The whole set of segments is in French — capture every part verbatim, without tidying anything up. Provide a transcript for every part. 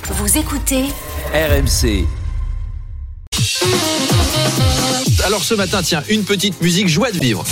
Vous écoutez R M C. Alors ce matin, tiens, une petite musique joie de vivre.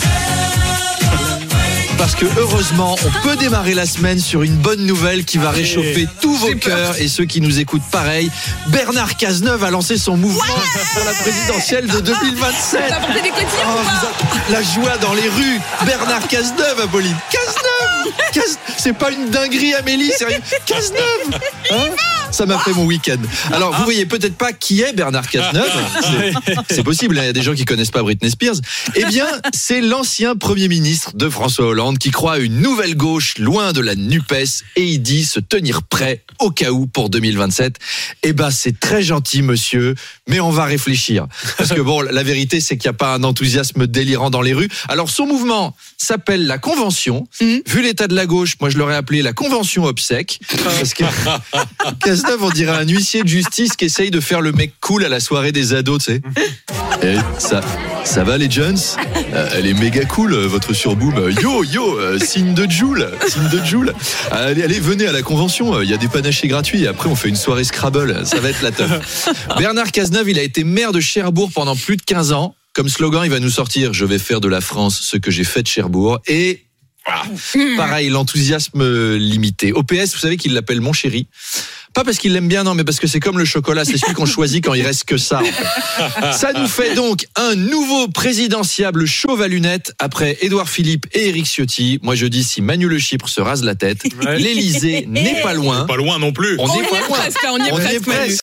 Parce que heureusement, on peut démarrer la semaine sur une bonne nouvelle qui va réchauffer tous vos cœurs et ceux qui nous écoutent pareil. Bernard Cazeneuve a lancé son mouvement ouais pour la présidentielle de deux mille vingt-sept. T'as apporté des cotillons oh, ou pas ? La joie dans les rues. Bernard Cazeneuve, Apolline. Cazeneuve, Caz... C'est pas une dinguerie, Amélie, sérieux. Cazeneuve, hein ? Ça m'a fait mon week-end. Alors, vous voyez peut-être pas qui est Bernard Cazeneuve. C'est, c'est possible, il y a des gens qui connaissent pas Britney Spears. Eh bien, c'est l'ancien Premier ministre de François Hollande qui croit à une nouvelle gauche loin de la NUPES et il dit se tenir prêt au cas où pour deux mille vingt-sept. Eh ben, c'est très gentil, monsieur, mais on va réfléchir. Parce que bon, la vérité, c'est qu'il n'y a pas un enthousiasme délirant dans les rues. Alors, son mouvement s'appelle la Convention. Mmh. Vu l'état de la gauche, moi, je l'aurais appelé la Convention obsèque. Parce que Cazeneuve, on dirait un huissier de justice qui essaye de faire le mec cool à la soirée des ados, tu sais. Et ça, ça va les Jones ? euh, Elle est méga cool, votre surboom. Yo, yo, euh, signe de Joule, signe de Joule. Allez, allez, venez à la Convention, il y a des panachés gratuits. Et après, on fait une soirée Scrabble, ça va être la teuf. Bernard Cazeneuve, il a été maire de Cherbourg pendant plus de quinze ans. Comme slogan, il va nous sortir « Je vais faire de la France ce que j'ai fait de Cherbourg ». Et voilà. Pareil, l'enthousiasme limité. O P S, vous savez qu'il l'appelle mon chéri. Pas parce qu'il l'aime bien, non, mais parce que c'est comme le chocolat, c'est celui qu'on choisit quand il reste que ça. En fait. Ça nous fait donc un nouveau présidentiable chauve à lunettes après Édouard Philippe et Éric Ciotti. Moi je dis, si Manu Le Chypre se rase la tête, ouais. l'Élysée n'est pas loin. Pas loin non plus. On, on n'est pas est loin. Presque, on y est on presque. Est presque.